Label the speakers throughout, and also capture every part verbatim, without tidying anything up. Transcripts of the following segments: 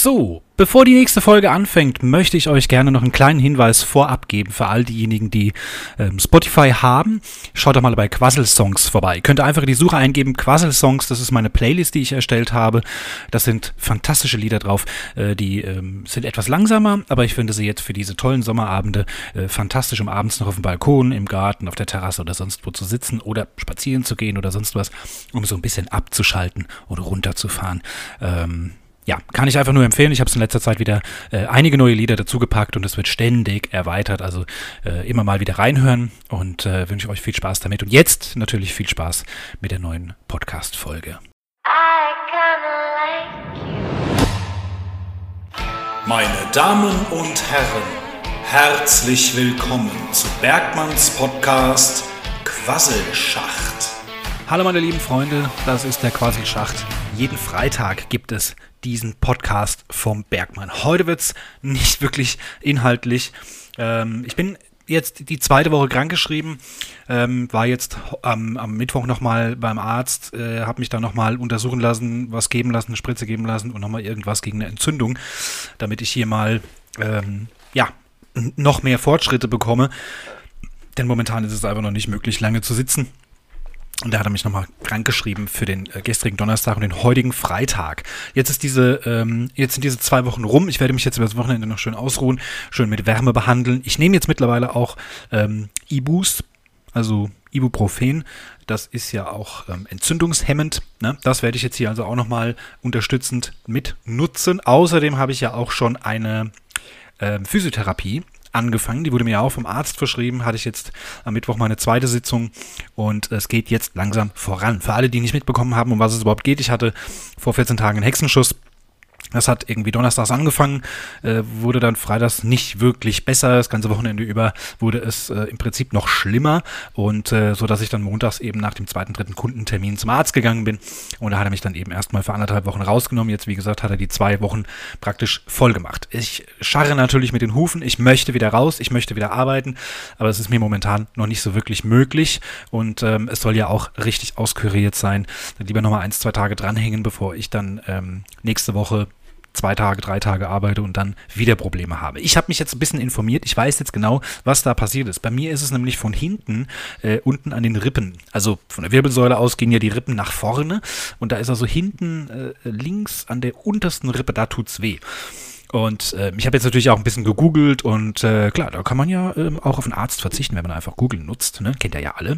Speaker 1: So, bevor die nächste Folge anfängt, möchte ich euch gerne noch einen kleinen Hinweis vorab geben für all diejenigen, die ähm, Spotify haben. Schaut doch mal bei Quassel-Songs vorbei. Ihr könnt einfach in die Suche eingeben, Quassel-Songs, das ist meine Playlist, die ich erstellt habe. Das sind fantastische Lieder drauf, äh, die ähm, sind etwas langsamer, aber ich finde sie jetzt für diese tollen Sommerabende äh, fantastisch, um abends noch auf dem Balkon, im Garten, auf der Terrasse oder sonst wo zu sitzen oder spazieren zu gehen oder sonst was, um so ein bisschen abzuschalten oder runterzufahren. Ähm, Ja, kann ich einfach nur empfehlen. Ich habe es in letzter Zeit wieder äh, einige neue Lieder dazugepackt und es wird ständig erweitert. Also äh, immer mal wieder reinhören und äh, wünsche euch viel Spaß damit. Und jetzt natürlich viel Spaß mit der neuen Podcast-Folge.
Speaker 2: Meine Damen und Herren, herzlich willkommen zu Bergmanns Podcast Quasselschacht.
Speaker 1: Hallo meine lieben Freunde, das ist der Quasselschacht. Jeden Freitag gibt es diesen Podcast vom Bergmann. Heute wird es nicht wirklich inhaltlich. Ähm, ich bin jetzt die zweite Woche krankgeschrieben, ähm, war jetzt am, am Mittwoch nochmal beim Arzt, äh, habe mich da nochmal untersuchen lassen, was geben lassen, eine Spritze geben lassen und nochmal irgendwas gegen eine Entzündung, damit ich hier mal ähm, ja, noch mehr Fortschritte bekomme. Denn momentan ist es einfach noch nicht möglich, lange zu sitzen. Und da hat er mich nochmal krank geschrieben für den äh, gestrigen Donnerstag und den heutigen Freitag. Jetzt ist diese, ähm, jetzt sind diese zwei Wochen rum. Ich werde mich jetzt über das Wochenende noch schön ausruhen, schön mit Wärme behandeln. Ich nehme jetzt mittlerweile auch ähm, Ibus, also Ibuprofen. Das ist ja auch ähm, entzündungshemmend. Ne? Das werde ich jetzt hier also auch nochmal unterstützend mit nutzen. Außerdem habe ich ja auch schon eine ähm, Physiotherapie angefangen. Die wurde mir ja auch vom Arzt verschrieben. Hatte ich jetzt am Mittwoch meine zweite Sitzung und es geht jetzt langsam voran. Für alle, die nicht mitbekommen haben, um was es überhaupt geht, ich hatte vor vierzehn Tagen einen Hexenschuss. Das hat irgendwie donnerstags angefangen, äh, wurde dann freitags nicht wirklich besser. Das ganze Wochenende über wurde es äh, im Prinzip noch schlimmer und äh, so, dass ich dann montags eben nach dem zweiten, dritten Kundentermin zum Arzt gegangen bin und da hat er mich dann eben erstmal für anderthalb Wochen rausgenommen. Jetzt, wie gesagt, hat er die zwei Wochen praktisch voll gemacht. Ich scharre natürlich mit den Hufen, ich möchte wieder raus, ich möchte wieder arbeiten, aber es ist mir momentan noch nicht so wirklich möglich und ähm, es soll ja auch richtig auskuriert sein. Dann lieber nochmal eins, zwei Tage dranhängen, bevor ich dann ähm, nächste Woche zwei Tage, drei Tage arbeite und dann wieder Probleme habe. Ich habe mich jetzt ein bisschen informiert. Ich weiß jetzt genau, was da passiert ist. Bei mir ist es nämlich von hinten, äh, unten an den Rippen. Also von der Wirbelsäule aus gehen ja die Rippen nach vorne und da ist also hinten äh, links an der untersten Rippe, da tut's weh. Und äh, ich habe jetzt natürlich auch ein bisschen gegoogelt und äh, klar, da kann man ja äh, auch auf einen Arzt verzichten, wenn man einfach Google nutzt. Ne? Kennt ihr ja alle.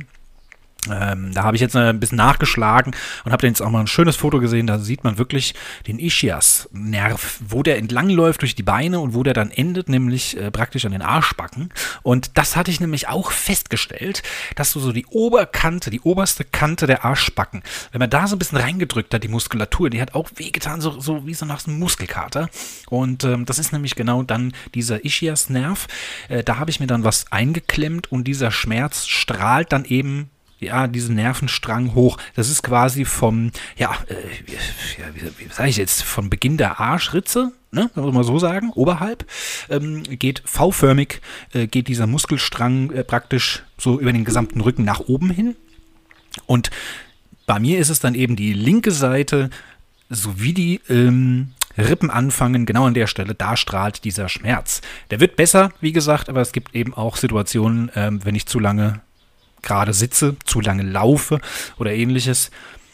Speaker 1: Ähm, da habe ich jetzt ein bisschen nachgeschlagen und habe jetzt auch mal ein schönes Foto gesehen, da sieht man wirklich den Ischias-Nerv, wo der entlangläuft durch die Beine und wo der dann endet, nämlich äh, praktisch an den Arschbacken. Und das hatte ich nämlich auch festgestellt, dass so, so die Oberkante, die oberste Kante der Arschbacken, wenn man da so ein bisschen reingedrückt hat, die Muskulatur, die hat auch wehgetan, so, so wie so nach einem Muskelkater. Und ähm, das ist nämlich genau dann dieser Ischias-Nerv. Äh, da habe ich mir dann was eingeklemmt und dieser Schmerz strahlt dann eben ja, diesen Nervenstrang hoch. Das ist quasi vom, ja, äh, wie, wie, wie sage ich jetzt, vom Beginn der Arschritze, ne, kann man mal so sagen, oberhalb, ähm, geht V-förmig, äh, geht dieser Muskelstrang äh, praktisch so über den gesamten Rücken nach oben hin. Und bei mir ist es dann eben die linke Seite, sowie die ähm, Rippen anfangen, genau an der Stelle, da strahlt dieser Schmerz. Der wird besser, wie gesagt, aber es gibt eben auch Situationen, ähm, wenn ich zu lange gerade sitze, zu lange laufe oder ähnliches,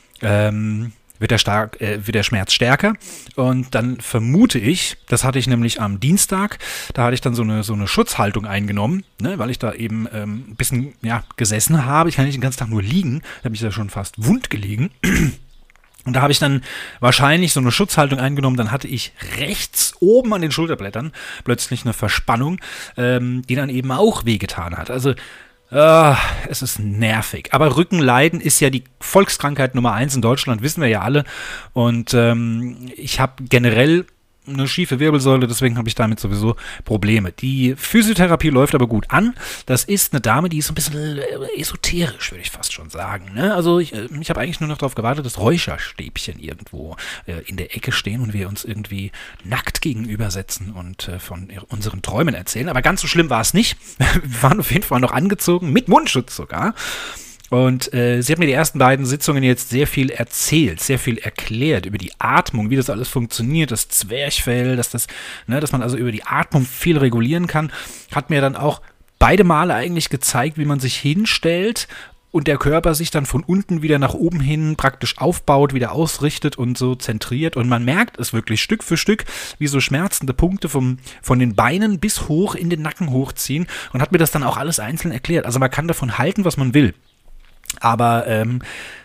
Speaker 1: ähm, wird der, stark, äh, wird der Schmerz stärker und dann vermute ich, das hatte ich nämlich am Dienstag, da hatte ich dann so eine, so eine Schutzhaltung eingenommen, ne, weil ich da eben ähm, ein bisschen ja, gesessen habe. Ich kann nicht den ganzen Tag nur liegen, da habe ich da schon fast wund gelegen. Und da habe ich dann wahrscheinlich so eine Schutzhaltung eingenommen, dann hatte ich rechts oben an den Schulterblättern plötzlich eine Verspannung, ähm, die dann eben auch wehgetan hat. Also Uh, es ist nervig. Aber Rückenleiden ist ja die Volkskrankheit Nummer eins in Deutschland, wissen wir ja alle. Und ähm, ich habe generell eine schiefe Wirbelsäule, deswegen habe ich damit sowieso Probleme. Die Physiotherapie läuft aber gut an. Das ist eine Dame, die ist so ein bisschen esoterisch, würde ich fast schon sagen. Ne? Also ich, ich habe eigentlich nur noch darauf gewartet, dass Räucherstäbchen irgendwo äh, in der Ecke stehen und wir uns irgendwie nackt gegenübersetzen und äh, von unseren Träumen erzählen. Aber ganz so schlimm war es nicht. Wir waren auf jeden Fall noch angezogen, mit Mundschutz sogar. Und äh, sie hat mir die ersten beiden Sitzungen jetzt sehr viel erzählt, sehr viel erklärt über die Atmung, wie das alles funktioniert, das Zwerchfell, dass das, ne, dass man also über die Atmung viel regulieren kann. Hat mir dann auch beide Male eigentlich gezeigt, wie man sich hinstellt und der Körper sich dann von unten wieder nach oben hin praktisch aufbaut, wieder ausrichtet und so zentriert. Und man merkt es wirklich Stück für Stück, wie so schmerzende Punkte vom, von den Beinen bis hoch in den Nacken hochziehen und hat mir das dann auch alles einzeln erklärt. Also man kann davon halten, was man will. Aber ähm,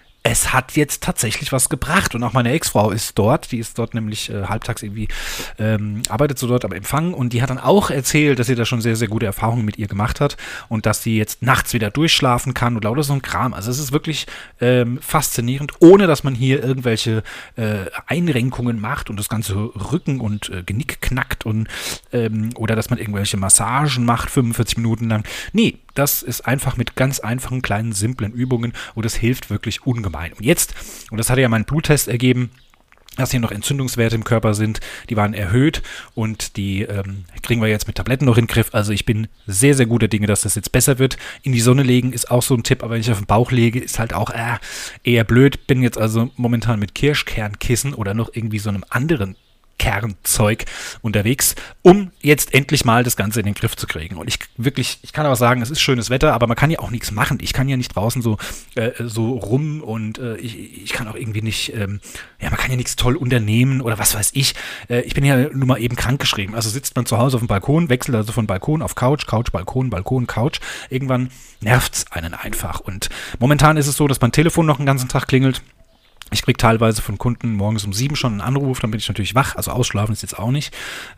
Speaker 1: es hat jetzt tatsächlich was gebracht und auch meine Ex-Frau ist dort, die ist dort nämlich äh, halbtags irgendwie, ähm, arbeitet so dort am Empfang und die hat dann auch erzählt, dass sie da schon sehr, sehr gute Erfahrungen mit ihr gemacht hat und dass sie jetzt nachts wieder durchschlafen kann und lauter so ein Kram. Also es ist wirklich ähm, faszinierend, ohne dass man hier irgendwelche äh, Einrenkungen macht und das ganze Rücken und äh, Genick knackt und ähm, oder dass man irgendwelche Massagen macht, fünfundvierzig Minuten lang. Nee, das ist einfach mit ganz einfachen, kleinen, simplen Übungen und das hilft wirklich ungemein. Und jetzt, und das hatte ja mein Bluttest ergeben, dass hier noch Entzündungswerte im Körper sind, die waren erhöht und die ähm, kriegen wir jetzt mit Tabletten noch in den Griff. Also ich bin sehr, sehr guter Dinge, dass das jetzt besser wird. In die Sonne legen ist auch so ein Tipp, aber wenn ich auf den Bauch lege, ist halt auch äh, eher blöd. Bin jetzt also momentan mit Kirschkernkissen oder noch irgendwie so einem anderen Kernzeug unterwegs, um jetzt endlich mal das Ganze in den Griff zu kriegen. Und ich wirklich, ich kann aber sagen, es ist schönes Wetter, aber man kann ja auch nichts machen. Ich kann ja nicht draußen so, äh, so rum und äh, ich, ich kann auch irgendwie nicht, ähm, ja, man kann ja nichts toll unternehmen oder was weiß ich. Äh, ich bin ja nun mal eben krankgeschrieben. Also sitzt man zu Hause auf dem Balkon, wechselt also von Balkon auf Couch, Couch, Balkon, Balkon, Couch. Irgendwann nervt's einen einfach. Und momentan ist es so, dass mein Telefon noch den ganzen Tag klingelt. Ich kriege teilweise von Kunden morgens um sieben schon einen Anruf, dann bin ich natürlich wach, also ausschlafen ist jetzt auch nicht.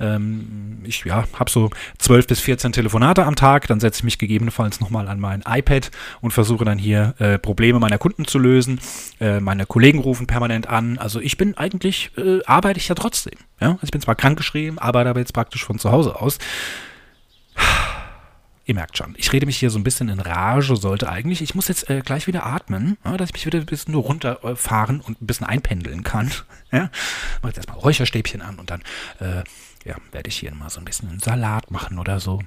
Speaker 1: Ähm, ich ja, habe so zwölf bis vierzehn Telefonate am Tag, dann setze ich mich gegebenenfalls nochmal an mein iPad und versuche dann hier äh, Probleme meiner Kunden zu lösen. Äh, meine Kollegen rufen permanent an, also ich bin eigentlich, äh, arbeite ich ja trotzdem. Ja? Also ich bin zwar krankgeschrieben, arbeite aber jetzt praktisch von zu Hause aus. Ihr merkt schon, ich rede mich hier so ein bisschen in Rage, sollte eigentlich. Ich muss jetzt äh, gleich wieder atmen, ja, dass ich mich wieder ein bisschen nur runterfahren und ein bisschen einpendeln kann. Ja? Mache jetzt erstmal Räucherstäbchen an und dann äh, ja, werde ich hier mal so ein bisschen einen Salat machen oder so.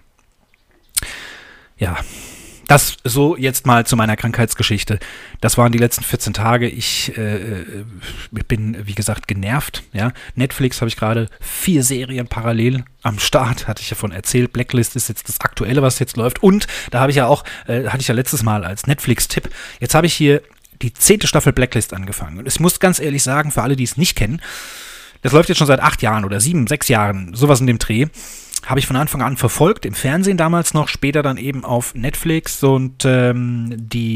Speaker 1: Ja, das so jetzt mal zu meiner Krankheitsgeschichte. Das waren die letzten vierzehn Tage. Ich äh, bin, wie gesagt, genervt. Ja? Netflix habe ich gerade vier Serien parallel am Start, hatte ich ja von erzählt. Blacklist ist jetzt das Aktuelle, was jetzt läuft. Und da habe ich ja auch, äh, hatte ich ja letztes Mal als Netflix-Tipp, jetzt habe ich hier die zehnte Staffel Blacklist angefangen. Und ich muss ganz ehrlich sagen, für alle, die es nicht kennen, das läuft jetzt schon seit acht Jahren oder sieben, sechs Jahren, sowas in dem Dreh. Habe ich von Anfang an verfolgt, im Fernsehen damals noch, später dann eben auf Netflix und ähm,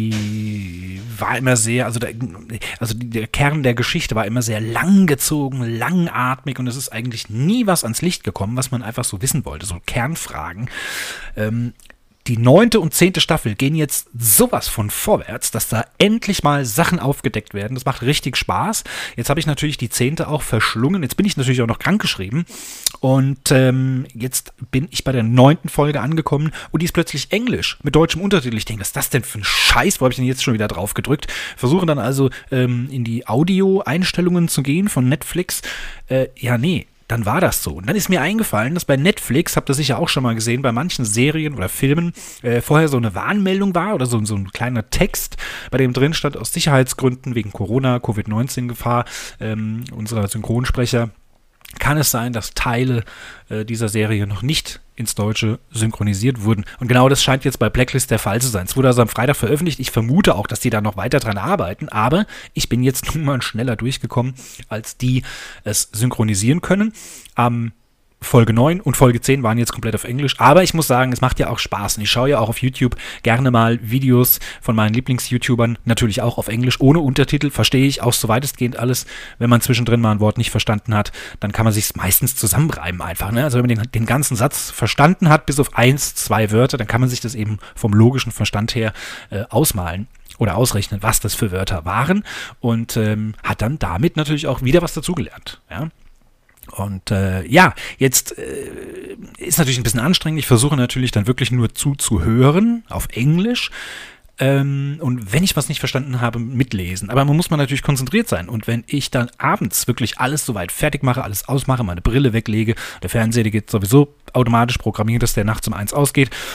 Speaker 1: die war immer sehr, also, der, also der Kern der Geschichte war immer sehr langgezogen, langatmig und es ist eigentlich nie was ans Licht gekommen, was man einfach so wissen wollte, so Kernfragen. Ähm, Die neunte und zehnte Staffel gehen jetzt sowas von vorwärts, dass da endlich mal Sachen aufgedeckt werden. Das macht richtig Spaß. Jetzt habe ich natürlich die zehnte auch verschlungen. Jetzt bin ich natürlich auch noch krankgeschrieben. Und ähm, jetzt bin ich bei der neunten Folge angekommen und die ist plötzlich Englisch mit deutschem Untertitel. Ich denke, was ist das denn für ein Scheiß? Wo habe ich denn jetzt schon wieder drauf gedrückt? Versuche dann also ähm, in die Audio-Einstellungen zu gehen von Netflix. Äh, ja, nee. Dann war das so. Und dann ist mir eingefallen, dass bei Netflix, habt ihr sicher auch schon mal gesehen, bei manchen Serien oder Filmen äh, vorher so eine Warnmeldung war oder so, so ein kleiner Text, bei dem drin stand, aus Sicherheitsgründen wegen Corona, Covid neunzehn Gefahr, ähm, unserer Synchronsprecher, kann es sein, dass Teile äh, dieser Serie noch nicht ins Deutsche synchronisiert wurden. Und genau das scheint jetzt bei Blacklist der Fall zu sein. Es wurde also am Freitag veröffentlicht. Ich vermute auch, dass die da noch weiter dran arbeiten, aber ich bin jetzt nun mal schneller durchgekommen, als die es synchronisieren können. Am Folge neun und Folge zehn waren jetzt komplett auf Englisch, aber ich muss sagen, es macht ja auch Spaß und ich schaue ja auch auf YouTube gerne mal Videos von meinen Lieblings-YouTubern, natürlich auch auf Englisch, ohne Untertitel, verstehe ich auch so weitestgehend alles. Wenn man zwischendrin mal ein Wort nicht verstanden hat, dann kann man sich meistens zusammenreimen einfach, ne? Also wenn man den, den ganzen Satz verstanden hat, bis auf eins, zwei Wörter, dann kann man sich das eben vom logischen Verstand her äh, ausmalen oder ausrechnen, was das für Wörter waren und ähm, hat dann damit natürlich auch wieder was dazugelernt, ja. Und äh, ja, jetzt äh, ist natürlich ein bisschen anstrengend. Ich versuche natürlich dann wirklich nur zuzuhören auf Englisch. Ähm, und wenn ich was nicht verstanden habe, mitlesen. Aber man muss man natürlich konzentriert sein. Und wenn ich dann abends wirklich alles soweit fertig mache, alles ausmache, meine Brille weglege, der Fernseher, der geht sowieso automatisch programmiert, dass der nachts um eins ausgeht.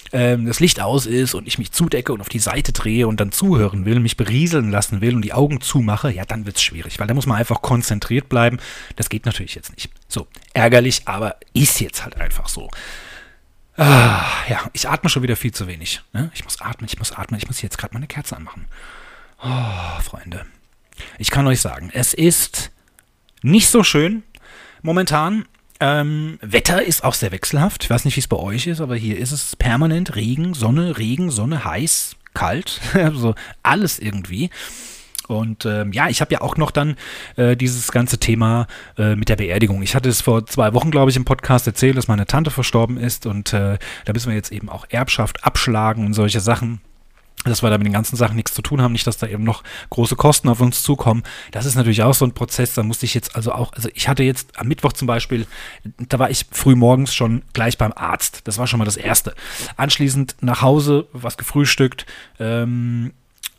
Speaker 1: ähm, das Licht aus ist und ich mich zudecke und auf die Seite drehe und dann zuhören will, mich berieseln lassen will und die Augen zumache, ja, dann wird es schwierig, weil da muss man einfach konzentriert bleiben. Das geht natürlich jetzt nicht. So, ärgerlich, aber ist jetzt halt einfach so. Ah, ja, ich atme schon wieder viel zu wenig. Ne? Ich muss atmen, ich muss atmen, ich muss jetzt gerade mal eine Kerze anmachen. Oh, Freunde. Ich kann euch sagen, es ist nicht so schön momentan. Ähm, Wetter ist auch sehr wechselhaft. Ich weiß nicht, wie es bei euch ist, aber hier ist es permanent Regen, Sonne, Regen, Sonne, heiß, kalt. Also alles irgendwie. Und ähm, ja, ich habe ja auch noch dann äh, dieses ganze Thema äh, mit der Beerdigung. Ich hatte es vor zwei Wochen, glaube ich, im Podcast erzählt, dass meine Tante verstorben ist. Und äh, da müssen wir jetzt eben auch Erbschaft abschlagen und solche Sachen. Dass wir da mit den ganzen Sachen nichts zu tun haben, nicht, dass da eben noch große Kosten auf uns zukommen. Das ist natürlich auch so ein Prozess, da musste ich jetzt also auch, also ich hatte jetzt am Mittwoch zum Beispiel, da war ich früh morgens schon gleich beim Arzt. Das war schon mal das Erste. Anschließend nach Hause, was gefrühstückt, ähm,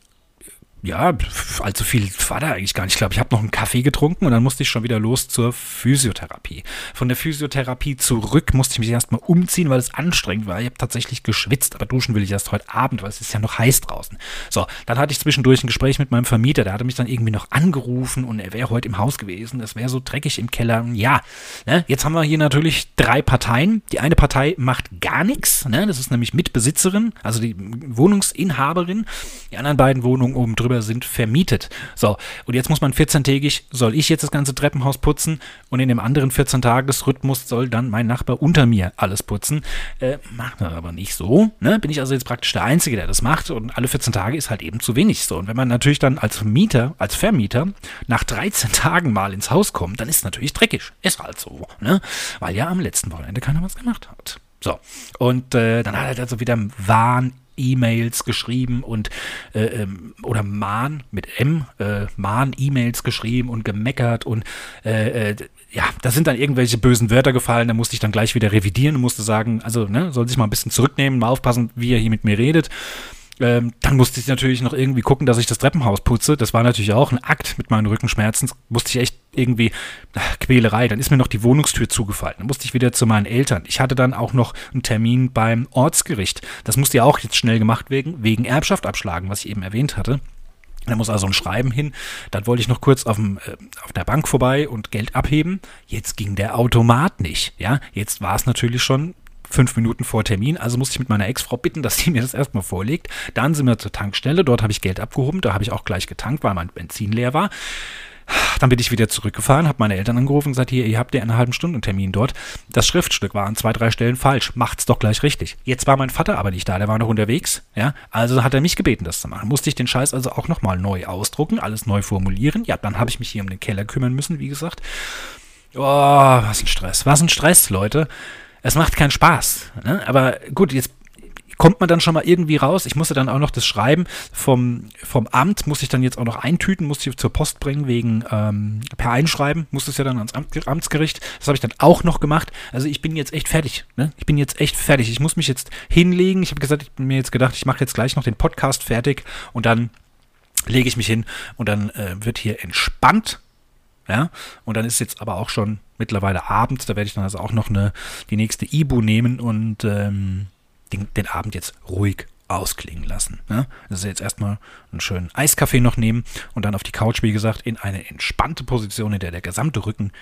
Speaker 1: ja, allzu viel war da eigentlich gar nicht. Ich glaube, ich habe noch einen Kaffee getrunken und dann musste ich schon wieder los zur Physiotherapie. Von der Physiotherapie zurück musste ich mich erstmal umziehen, weil es anstrengend war. Ich habe tatsächlich geschwitzt, aber duschen will ich erst heute Abend, weil es ist ja noch heiß draußen. So, dann hatte ich zwischendurch ein Gespräch mit meinem Vermieter, der hatte mich dann irgendwie noch angerufen und er wäre heute im Haus gewesen. Es wäre so dreckig im Keller. Ja, ne? Jetzt haben wir hier natürlich drei Parteien. Die eine Partei macht gar nichts, ne? Das ist nämlich Mitbesitzerin, also die Wohnungsinhaberin. Die anderen beiden Wohnungen oben drüber sind vermietet. So, und jetzt muss man vierzehntägig, soll ich jetzt das ganze Treppenhaus putzen und in dem anderen vierzehn-Tages-Rhythmus soll dann mein Nachbar unter mir alles putzen. Äh, macht man aber nicht so, ne? Bin ich also jetzt praktisch der Einzige, der das macht und alle vierzehn Tage ist halt eben zu wenig so. Und wenn man natürlich dann als Mieter, als Vermieter nach dreizehn Tagen mal ins Haus kommt, dann ist es natürlich dreckig. Ist halt so, ne? Weil ja am letzten Wochenende keiner was gemacht hat. So, und äh, dann hat er also wieder im Wahn E-Mails geschrieben und äh, ähm, oder Mahn mit M, äh, Mahn E-Mails geschrieben und gemeckert und äh, äh, ja, da sind dann irgendwelche bösen Wörter gefallen, da musste ich dann gleich wieder revidieren und musste sagen, also ne, soll sich mal ein bisschen zurücknehmen, mal aufpassen, wie er hier mit mir redet. Ähm, dann musste ich natürlich noch irgendwie gucken, dass ich das Treppenhaus putze. Das war natürlich auch ein Akt mit meinen Rückenschmerzen. Das musste ich echt irgendwie, ach, Quälerei. Dann ist mir noch die Wohnungstür zugefallen. Dann musste ich wieder zu meinen Eltern. Ich hatte dann auch noch einen Termin beim Ortsgericht. Das musste ja auch jetzt schnell gemacht werden, wegen Erbschaft abschlagen, was ich eben erwähnt hatte. Da muss also ein Schreiben hin. Dann wollte ich noch kurz auf, dem, äh, auf der Bank vorbei und Geld abheben. Jetzt ging der Automat nicht. Ja, jetzt war es natürlich schon fünf Minuten vor Termin, also musste ich mit meiner Ex-Frau bitten, dass sie mir das erstmal vorlegt. Dann sind wir zur Tankstelle, dort habe ich Geld abgehoben, da habe ich auch gleich getankt, weil mein Benzin leer war. Dann bin ich wieder zurückgefahren, habe meine Eltern angerufen und gesagt, hier, ihr habt ja eine halbe Stunde einen Termin dort. Das Schriftstück war an zwei, drei Stellen falsch, macht's doch gleich richtig. Jetzt war mein Vater aber nicht da, der war noch unterwegs, ja, also hat er mich gebeten, das zu machen. Musste ich den Scheiß also auch nochmal neu ausdrucken, alles neu formulieren. Ja, dann habe ich mich hier um den Keller kümmern müssen, wie gesagt. Oh, was ein Stress, was ein Stress, Leute. Es macht keinen Spaß, ne? Aber gut, jetzt kommt man dann schon mal irgendwie raus. Ich musste dann auch noch das Schreiben vom, vom Amt, musste ich dann jetzt auch noch eintüten, musste ich zur Post bringen, wegen ähm, per Einschreiben, musste es ja dann ans Amt, Amtsgericht. Das habe ich dann auch noch gemacht. Also ich bin jetzt echt fertig, ne? Ich bin jetzt echt fertig. Ich muss mich jetzt hinlegen. Ich habe gesagt, ich bin mir jetzt gedacht, ich mache jetzt gleich noch den Podcast fertig und dann lege ich mich hin und dann äh, wird hier entspannt. Ja, und dann ist jetzt aber auch schon mittlerweile Abend, da werde ich dann also auch noch eine, die nächste Ibu nehmen und ähm, den, den Abend jetzt ruhig ausklingen lassen. Ja? Also jetzt erstmal einen schönen Eiskaffee noch nehmen und dann auf die Couch, wie gesagt, in eine entspannte Position, in der der gesamte Rücken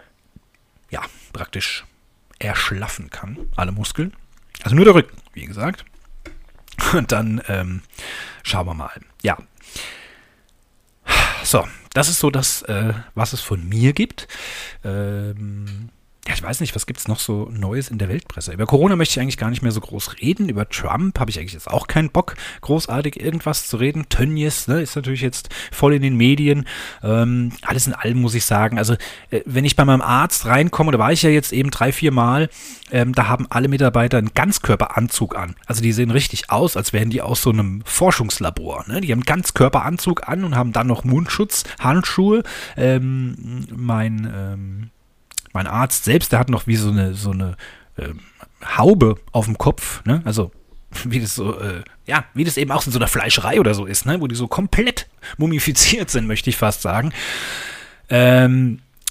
Speaker 1: ja praktisch erschlaffen kann, alle Muskeln. Also nur der Rücken, wie gesagt. Und dann ähm, schauen wir mal. Ja. So, das ist so das, äh, was es von mir gibt. Ähm, ja, ich weiß nicht, was gibt es noch so Neues in der Weltpresse? Über Corona möchte ich eigentlich gar nicht mehr so groß reden. Über Trump habe ich eigentlich jetzt auch keinen Bock, großartig irgendwas zu reden. Tönnies, ne, ist natürlich jetzt voll in den Medien. Ähm, alles in allem muss ich sagen. Also, äh, wenn ich bei meinem Arzt reinkomme, da war ich ja jetzt eben drei, vier Mal, ähm, da haben alle Mitarbeiter einen Ganzkörperanzug an. Also, die sehen richtig aus, als wären die aus so einem Forschungslabor. Ne? Die haben einen Ganzkörperanzug an und haben dann noch Mundschutz, Handschuhe. Ähm, mein, ähm, Mein Arzt selbst, der hat noch wie so eine, so eine ähm, Haube auf dem Kopf, ne? Also wie das so, äh, ja, wie das eben auch in so einer Fleischerei oder so ist, ne? Wo die so komplett mumifiziert sind, möchte ich fast sagen. Ähm,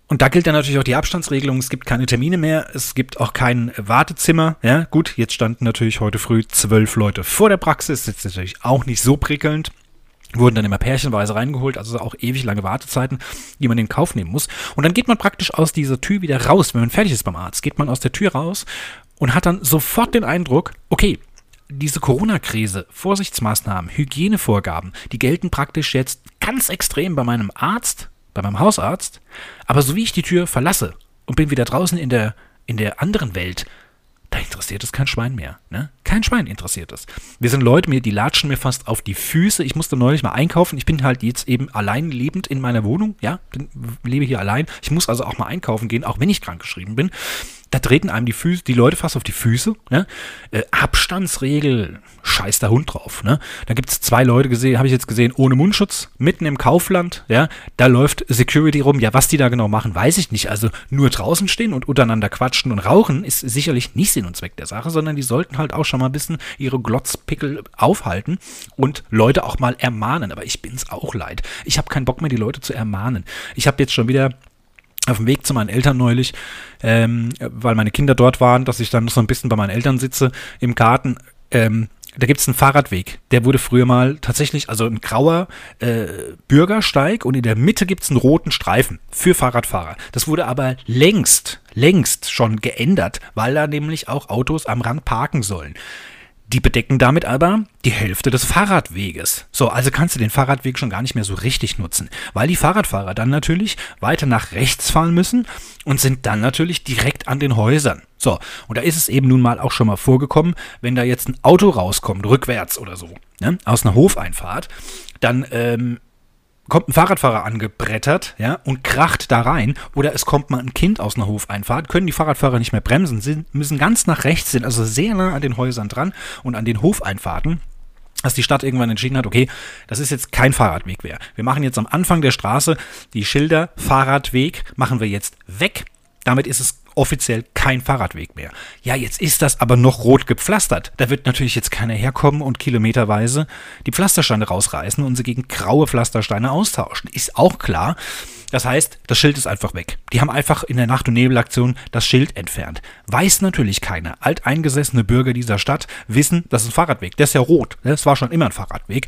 Speaker 1: Und da gilt dann natürlich auch die Abstandsregelung. Es gibt keine Termine mehr. Es gibt auch kein Wartezimmer. Ja, gut, jetzt standen natürlich heute früh zwölf Leute vor der Praxis. Das ist natürlich auch nicht so prickelnd. Wurden dann immer pärchenweise reingeholt. Also auch ewig lange Wartezeiten, die man in Kauf nehmen muss. Und dann geht man praktisch aus dieser Tür wieder raus. Wenn man fertig ist beim Arzt, geht man aus der Tür raus und hat dann sofort den Eindruck, okay, diese Corona-Krise, Vorsichtsmaßnahmen, Hygienevorgaben, die gelten praktisch jetzt ganz extrem bei meinem Arzt, bei meinem Hausarzt, aber so wie ich die Tür verlasse und bin wieder draußen in der, in der anderen Welt, da interessiert es kein Schwein mehr. Ne? Kein Schwein interessiert es. Wir sind Leute, mir, die latschen mir fast auf die Füße. Ich musste neulich mal einkaufen. Ich bin halt jetzt eben allein lebend in meiner Wohnung. Ja, bin, lebe hier allein. Ich muss also auch mal einkaufen gehen, auch wenn ich krankgeschrieben bin. Da treten einem die Füße, die Leute fast auf die Füße. Ne? Äh, Abstandsregel, scheiß der Hund drauf. Ne? Da gibt es zwei Leute gesehen, habe ich jetzt gesehen, ohne Mundschutz, mitten im Kaufland. Ja? Da läuft Security rum. Ja, was die da genau machen, weiß ich nicht. Also nur draußen stehen und untereinander quatschen und rauchen ist sicherlich nicht Sinn und Zweck der Sache, sondern die sollten halt auch schon mal ein bisschen ihre Glotzpickel aufhalten und Leute auch mal ermahnen. Aber ich bin's auch leid. Ich habe keinen Bock mehr, die Leute zu ermahnen. Ich habe jetzt schon wieder auf dem Weg zu meinen Eltern neulich, ähm, weil meine Kinder dort waren, dass ich dann noch so ein bisschen bei meinen Eltern sitze im Garten. Ähm, da gibt es einen Fahrradweg. Der wurde früher mal tatsächlich, also ein grauer äh, Bürgersteig und in der Mitte gibt es einen roten Streifen für Fahrradfahrer. Das wurde aber längst, längst schon geändert, weil da nämlich auch Autos am Rand parken sollen. Die bedecken damit aber die Hälfte des Fahrradweges. So, also kannst du den Fahrradweg schon gar nicht mehr so richtig nutzen, weil die Fahrradfahrer dann natürlich weiter nach rechts fahren müssen und sind dann natürlich direkt an den Häusern. So, und da ist es eben nun mal auch schon mal vorgekommen, wenn da jetzt ein Auto rauskommt, rückwärts oder so, ne, aus einer Hofeinfahrt, dann ähm, kommt ein Fahrradfahrer angebrettert, ja, und kracht da rein, oder es kommt mal ein Kind aus einer Hofeinfahrt, können die Fahrradfahrer nicht mehr bremsen, sind, müssen ganz nach rechts, sind also sehr nah an den Häusern dran und an den Hofeinfahrten, dass die Stadt irgendwann entschieden hat, okay, das ist jetzt kein Fahrradweg mehr. Wir machen jetzt am Anfang der Straße die Schilder Fahrradweg, machen wir jetzt weg, damit ist es offiziell kein Fahrradweg mehr. Ja, jetzt ist das aber noch rot gepflastert. Da wird natürlich jetzt keiner herkommen und kilometerweise die Pflastersteine rausreißen und sie gegen graue Pflastersteine austauschen. Ist auch klar. Das heißt, das Schild ist einfach weg. Die haben einfach in der Nacht- und Nebelaktion das Schild entfernt. Weiß natürlich keiner. Alteingesessene Bürger dieser Stadt wissen, das ist ein Fahrradweg. Der ist ja rot. Das war schon immer ein Fahrradweg.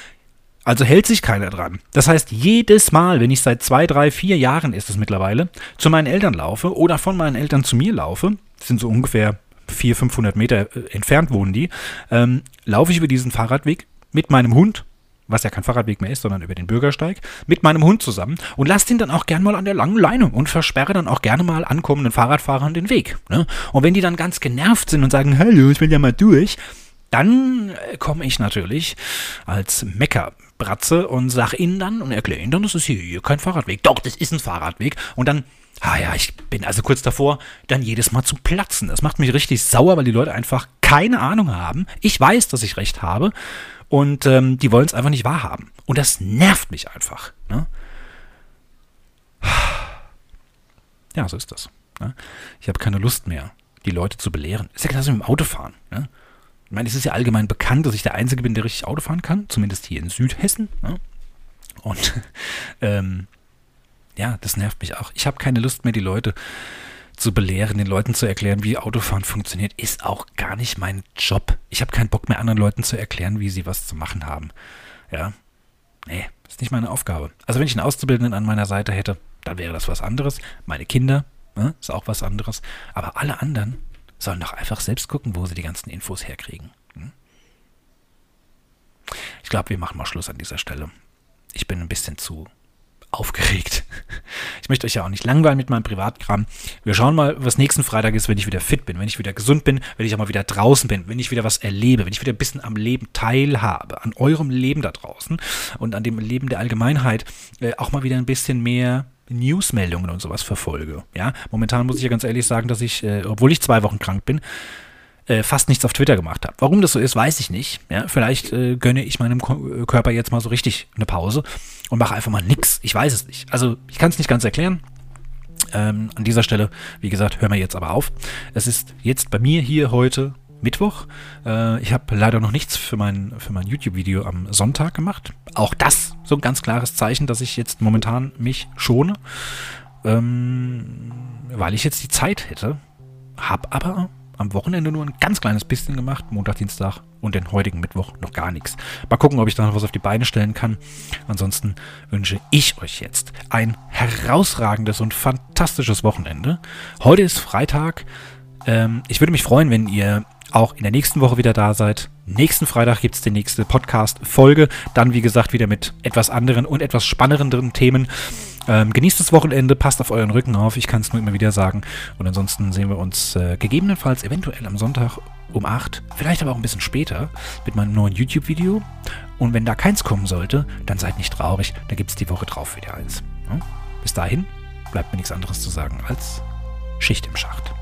Speaker 1: Also hält sich keiner dran. Das heißt, jedes Mal, wenn ich seit zwei, drei, vier Jahren ist es mittlerweile, zu meinen Eltern laufe oder von meinen Eltern zu mir laufe, das sind so ungefähr vierhundert, fünfhundert Meter äh, entfernt wohnen die, ähm, laufe ich über diesen Fahrradweg mit meinem Hund, was ja kein Fahrradweg mehr ist, sondern über den Bürgersteig, mit meinem Hund zusammen und lasse den dann auch gern mal an der langen Leine und versperre dann auch gerne mal ankommenden Fahrradfahrern den Weg. Ne? Und wenn die dann ganz genervt sind und sagen, hallo, ich will ja mal durch, dann komme ich natürlich als Meckerbratze und sage ihnen dann und erkläre ihnen dann, das ist hier, hier kein Fahrradweg. Doch, das ist ein Fahrradweg. Und dann, ah ja, ich bin also kurz davor, dann jedes Mal zu platzen. Das macht mich richtig sauer, weil die Leute einfach keine Ahnung haben. Ich weiß, dass ich recht habe und ähm, die wollen es einfach nicht wahrhaben. Und das nervt mich einfach. Ne? Ja, so ist das. Ne? Ich habe keine Lust mehr, die Leute zu belehren. Ist ja genauso mit dem Autofahren. Ne? Ich meine, es ist ja allgemein bekannt, dass ich der Einzige bin, der richtig Auto fahren kann, zumindest hier in Südhessen. Ne? Und ähm, ja, das nervt mich auch. Ich habe keine Lust mehr, die Leute zu belehren, den Leuten zu erklären, wie Autofahren funktioniert, ist auch gar nicht mein Job. Ich habe keinen Bock mehr, anderen Leuten zu erklären, wie sie was zu machen haben. Ja, nee, ist nicht meine Aufgabe. Also wenn ich einen Auszubildenden an meiner Seite hätte, dann wäre das was anderes. Meine Kinder, ne, ist auch was anderes. Aber alle anderen sollen doch einfach selbst gucken, wo sie die ganzen Infos herkriegen. Hm? Ich glaube, wir machen mal Schluss an dieser Stelle. Ich bin ein bisschen zu aufgeregt. Ich möchte euch ja auch nicht langweilen mit meinem Privatkram. Wir schauen mal, was nächsten Freitag ist, wenn ich wieder fit bin, wenn ich wieder gesund bin, wenn ich auch mal wieder draußen bin, wenn ich wieder was erlebe, wenn ich wieder ein bisschen am Leben teilhabe, an eurem Leben da draußen und an dem Leben der Allgemeinheit, äh, auch mal wieder ein bisschen mehr Newsmeldungen und sowas verfolge. Ja, momentan muss ich ja ganz ehrlich sagen, dass ich, äh, obwohl ich zwei Wochen krank bin, äh, fast nichts auf Twitter gemacht habe. Warum das so ist, weiß ich nicht. Ja, vielleicht äh, gönne ich meinem Ko- Körper jetzt mal so richtig eine Pause und mache einfach mal nix. Ich weiß es nicht. Also ich kann es nicht ganz erklären. Ähm, an dieser Stelle, wie gesagt, hören wir jetzt aber auf. Es ist jetzt bei mir hier heute Mittwoch. Äh, ich habe leider noch nichts für mein, für mein YouTube-Video am Sonntag gemacht. Auch das so ein ganz klares Zeichen, dass ich jetzt momentan mich schone. ähm, weil ich jetzt die Zeit hätte, habe aber am Wochenende nur ein ganz kleines bisschen gemacht, Montag, Dienstag und den heutigen Mittwoch noch gar nichts. Mal gucken, ob ich da noch was auf die Beine stellen kann. Ansonsten wünsche ich euch jetzt ein herausragendes und fantastisches Wochenende. Heute ist Freitag. Ähm, ich würde mich freuen, wenn ihr auch in der nächsten Woche wieder da seid. Nächsten Freitag gibt es die nächste Podcast-Folge. Dann, wie gesagt, wieder mit etwas anderen und etwas spannenderen Themen. Ähm, genießt das Wochenende, passt auf euren Rücken auf. Ich kann es nur immer wieder sagen. Und ansonsten sehen wir uns äh, gegebenenfalls eventuell am Sonntag um acht, vielleicht aber auch ein bisschen später, mit meinem neuen YouTube-Video. Und wenn da keins kommen sollte, dann seid nicht traurig. Da gibt es die Woche drauf wieder eins. Ja? Bis dahin bleibt mir nichts anderes zu sagen als Schicht im Schacht.